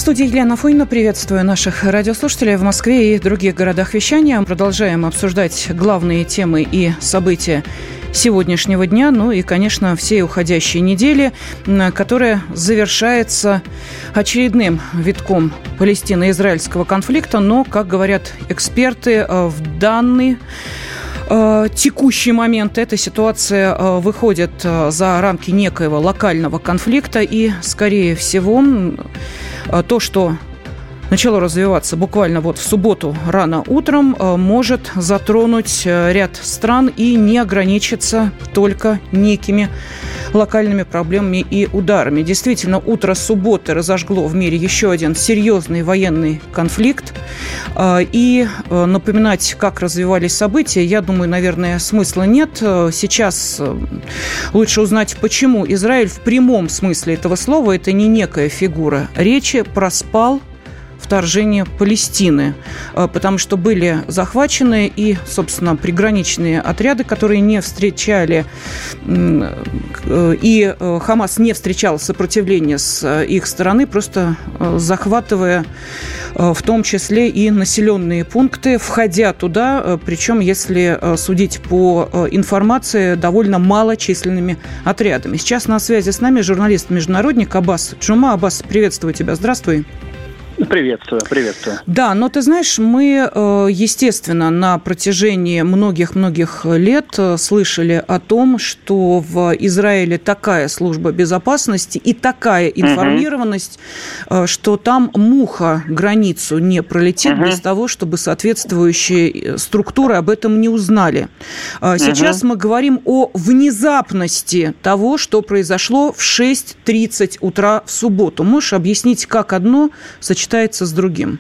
В студии Елена Афонина. Приветствую наших радиослушателей в Москве и других городах вещания. Продолжаем обсуждать главные темы и события сегодняшнего дня, ну и, конечно, всей уходящей недели, которая завершается очередным витком палестино-израильского конфликта. Но, как говорят эксперты, в данный текущий момент эта ситуация выходит за рамки некоего локального конфликта, и, скорее всего, то, что начало развиваться буквально вот в субботу рано утром, может затронуть ряд стран и не ограничиться только некими локальными проблемами и ударами. Действительно, утро субботы разожгло в мире еще один серьезный военный конфликт. И напоминать, как развивались события, я думаю, наверное, смысла нет. Сейчас лучше узнать, почему Израиль в прямом смысле этого слова, это не некая фигура речи, проспал вторжение Палестины, потому что были захвачены и, собственно, приграничные отряды, которые не встречали, и Хамас не встречал сопротивления с их стороны, просто захватывая в том числе и населенные пункты, входя туда, причем, если судить по информации, довольно малочисленными отрядами. Сейчас на связи с нами журналист-международник Аббас Джума. Аббас, приветствую тебя, здравствуй. Приветствую. Да, но ты знаешь, мы, естественно, на протяжении многих-многих лет слышали о том, что в Израиле такая служба безопасности и такая информированность, что там муха границу не пролетит без того, чтобы соответствующие структуры об этом не узнали. Сейчас мы говорим о внезапности того, что произошло в 6:30 утра в субботу. Можешь объяснить, как одно сочетается с другим?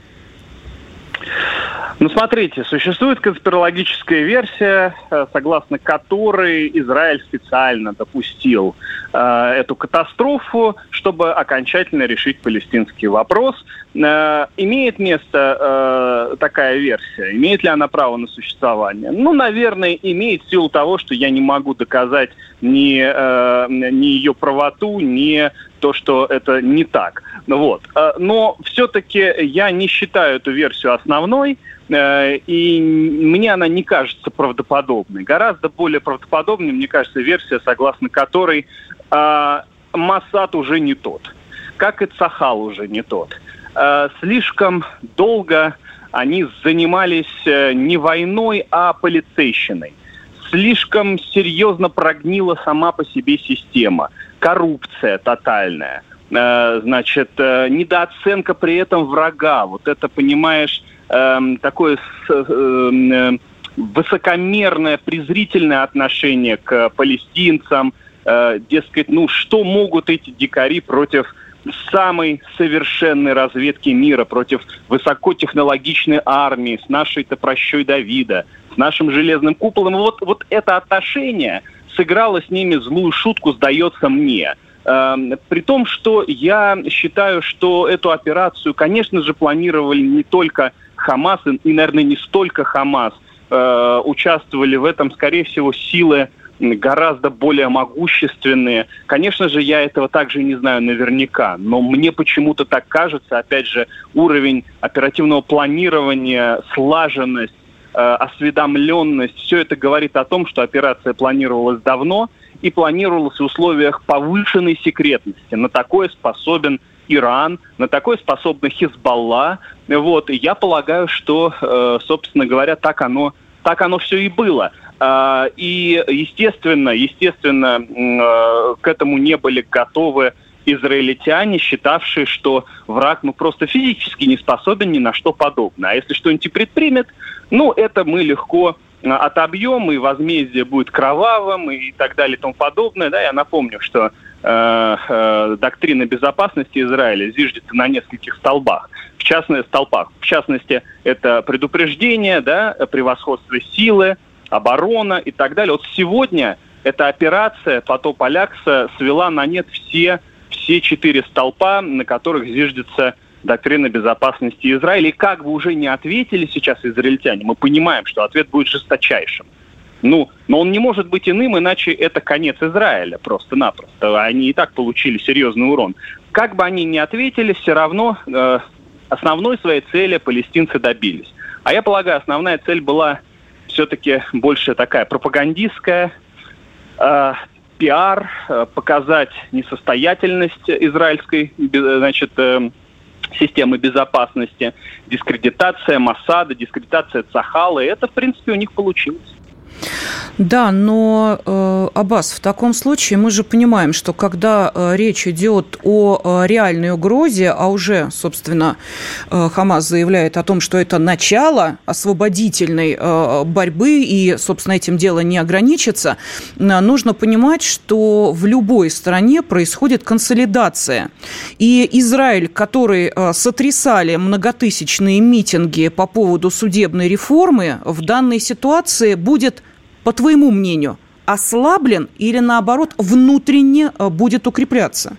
Ну, смотрите, существует конспирологическая версия, согласно которой Израиль специально допустил эту катастрофу, чтобы окончательно решить палестинский вопрос. Имеет место такая версия? Имеет ли она право на существование? Ну, наверное, имеет, в силу того, что я не могу доказать ни ее правоту, ни то, что это не так. Вот. Но все-таки я не считаю эту версию основной, и мне она не кажется правдоподобной. Гораздо более правдоподобной, мне кажется, версия, согласно которой Моссад уже не тот, как и Цахал уже не тот. Слишком долго они занимались не войной, а полицейщиной. Слишком серьезно прогнила сама по себе система. Коррупция тотальная. Значит, недооценка при этом врага. Вот это, понимаешь, такое высокомерное, презрительное отношение к палестинцам. Дескать, ну что могут эти дикари против самой совершенной разведки мира, против высокотехнологичной армии, с нашей-то прощой Давида, с нашим железным куполом. Вот это отношение сыграло с ними злую шутку, сдается мне. При том, что я считаю, что эту операцию, конечно же, планировали не только Хамас, и, наверное, не столько Хамас. Участвовали в этом, скорее всего, силы гораздо более могущественные. Конечно же, я этого также не знаю наверняка, но мне почему-то так кажется, опять же, уровень оперативного планирования, слаженность, осведомленность, все это говорит о том, что операция планировалась давно и планировалась в условиях повышенной секретности. На такое способен Иран, на такое способна Хизбалла. Вот. И я полагаю, что, собственно говоря, так оно все и было. И, естественно, к этому не были готовы израильтяне, считавшие, что враг просто физически не способен ни на что подобное. А если что-нибудь и предпримет, это мы легко отобьем, и возмездие будет кровавым, и так далее, и тому подобное. Да, я напомню, что доктрина безопасности Израиля зиждется на нескольких столбах. В частности, это предупреждение, да, превосходство силы, оборона и так далее. Вот сегодня эта операция «Потоп Алякса» свела на нет все 4 столпа, на которых зиждется доктрина безопасности Израиля. И как бы уже не ответили сейчас израильтяне, мы понимаем, что ответ будет жесточайшим. Но он не может быть иным, иначе это конец Израиля просто-напросто. Они и так получили серьезный урон. Как бы они ни ответили, все равно основной своей цели палестинцы добились. А я полагаю, основная цель была все-таки больше такая пропагандистская, пиар, показать несостоятельность израильской, системы безопасности, дискредитация Моссада, дискредитация Цахала. И это, в принципе, у них получилось. Да, но, Аббас, в таком случае мы же понимаем, что когда речь идет о реальной угрозе, а уже, собственно, Хамас заявляет о том, что это начало освободительной борьбы, и, собственно, этим дело не ограничится, нужно понимать, что в любой стране происходит консолидация. И Израиль, который сотрясали многотысячные митинги по поводу судебной реформы, в данной ситуации будет, по твоему мнению, ослаблен или, наоборот, внутренне будет укрепляться?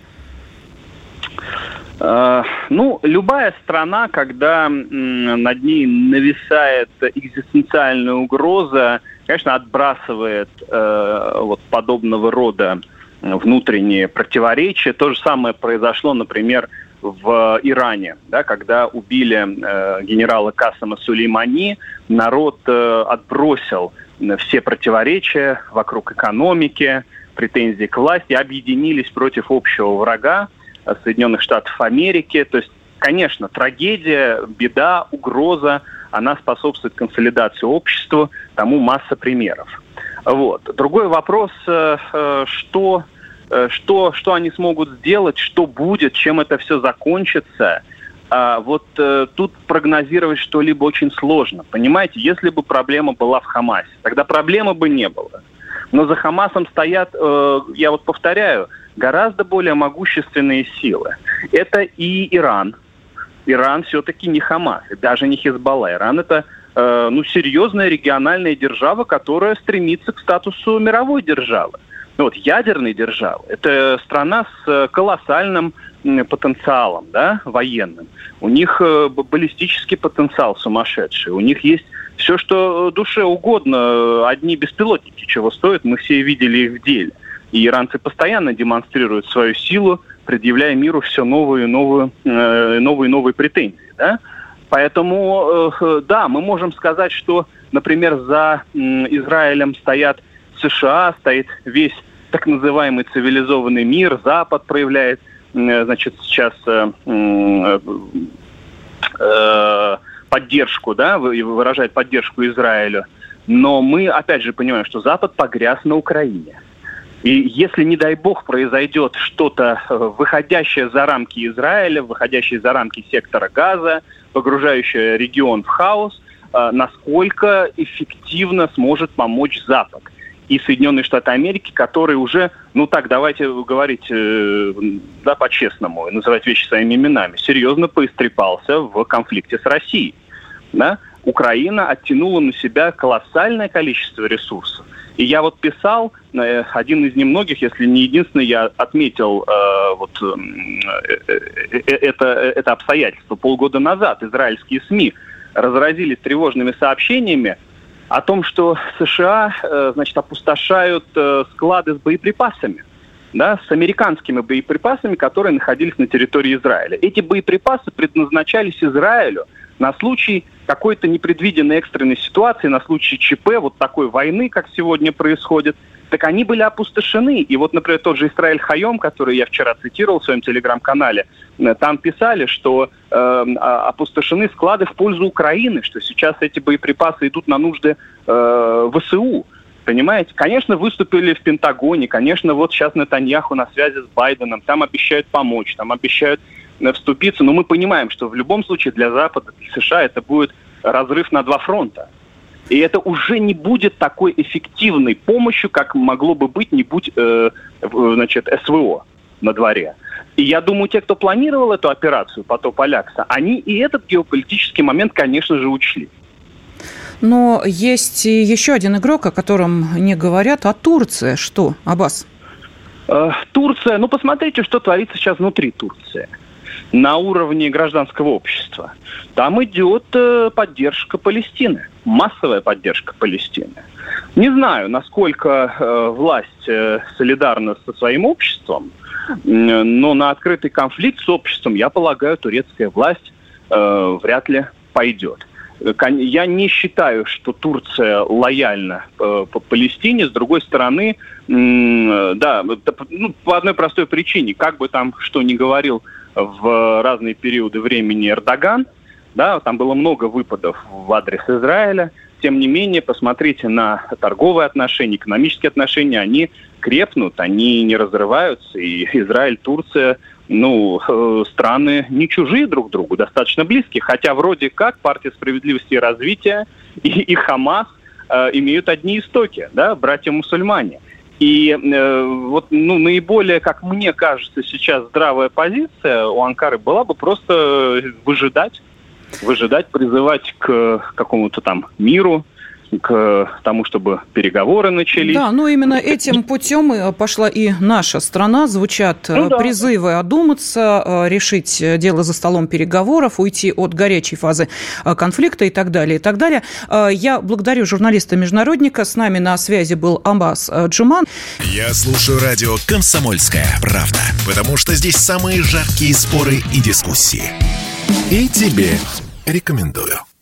Любая страна, когда над ней нависает экзистенциальная угроза, конечно, отбрасывает подобного рода внутренние противоречия. То же самое произошло, например, в Иране, да, когда убили генерала Касема Сулеймани, народ отбросил все противоречия вокруг экономики, претензий к власти, объединились против общего врага Соединенных Штатов Америки. То есть, конечно, трагедия, беда, угроза, она способствует консолидации общества, тому масса примеров. Другой вопрос, что они смогут сделать, что будет, чем это все закончится. Тут прогнозировать что-либо очень сложно. Понимаете, если бы проблема была в Хамасе, тогда проблемы бы не было. Но за Хамасом стоят, я повторяю, гораздо более могущественные силы. Это и Иран. Иран все-таки не Хамас, даже не Хизбалла. Иран это серьезная региональная держава, которая стремится к статусу мировой державы. Ядерной державы. Это страна с колоссальным потенциалом, да, военным. У них баллистический потенциал сумасшедший. У них есть все, что душе угодно. Одни беспилотники чего стоят, мы все видели их в деле. И иранцы постоянно демонстрируют свою силу, предъявляя миру все новые и новые претензии. Да? Поэтому, да, мы можем сказать, что, например, за Израилем стоят США, стоит весь так называемый цивилизованный мир, Запад проявляет, сейчас поддержку, да, выражает поддержку Израилю. Но мы, опять же, понимаем, что Запад погряз на Украине. И если, не дай бог, произойдет что-то, выходящее за рамки Израиля, выходящее за рамки сектора Газа, погружающее регион в хаос, насколько эффективно сможет помочь Запад и Соединенные Штаты Америки, которые уже, давайте говорить, по-честному, называть вещи своими именами, серьезно поистрепался в конфликте с Россией. Да? Украина оттянула на себя колоссальное количество ресурсов. И я писал, один из немногих, если не единственный, я отметил это обстоятельство. Полгода назад израильские СМИ разразились тревожными сообщениями о том, что США, опустошают склады с боеприпасами, да, с американскими боеприпасами, которые находились на территории Израиля. Эти боеприпасы предназначались Израилю на случай какой-то непредвиденной экстренной ситуации, на случай ЧП, такой войны, как сегодня происходит, так они были опустошены. И например, тот же Исраэль Хайом, который я вчера цитировал в своем телеграм-канале, там писали, что опустошены склады в пользу Украины, что сейчас эти боеприпасы идут на нужды ВСУ. Понимаете? Конечно, выступили в Пентагоне, конечно, сейчас Нетаньяху на связи с Байденом, там обещают помочь, там обещают вступиться, но мы понимаем, что в любом случае для Запада, для США это будет разрыв на два фронта. И это уже не будет такой эффективной помощью, как могло бы быть, не будь СВО на дворе. И я думаю, те, кто планировал эту операцию «Потоп Алякса», они и этот геополитический момент, конечно же, учли. Но есть еще один игрок, о котором не говорят, а Турция. Что, Аббас? Турция, посмотрите, что творится сейчас внутри Турции. на уровне гражданского общества, там идет поддержка Палестины, массовая поддержка Палестины. Не знаю, насколько власть солидарна со своим обществом, но на открытый конфликт с обществом, я полагаю, турецкая власть вряд ли пойдет. Я не считаю, что Турция лояльна по Палестине. С другой стороны, да, по одной простой причине. Как бы там что ни говорил в разные периоды времени Эрдоган, да, там было много выпадов в адрес Израиля. Тем не менее, посмотрите на торговые отношения, экономические отношения. Они крепнут, они не разрываются. И Израиль, Турция, страны не чужие друг другу, достаточно близкие. Хотя вроде как Партия справедливости и развития и Хамас имеют одни истоки, да, братья-мусульмане. И наиболее, как мне кажется, сейчас здравая позиция у Анкары была бы просто выжидать, призывать к какому-то там миру, к тому, чтобы переговоры начались. Да, именно этим путем пошла и наша страна. Звучат призывы одуматься, решить дело за столом переговоров, уйти от горячей фазы конфликта и так далее, и так далее. Я благодарю журналиста-международника. С нами на связи был Аббас Джуман. Я слушаю радио «Комсомольская правда», потому что здесь самые жаркие споры и дискуссии. И тебе рекомендую.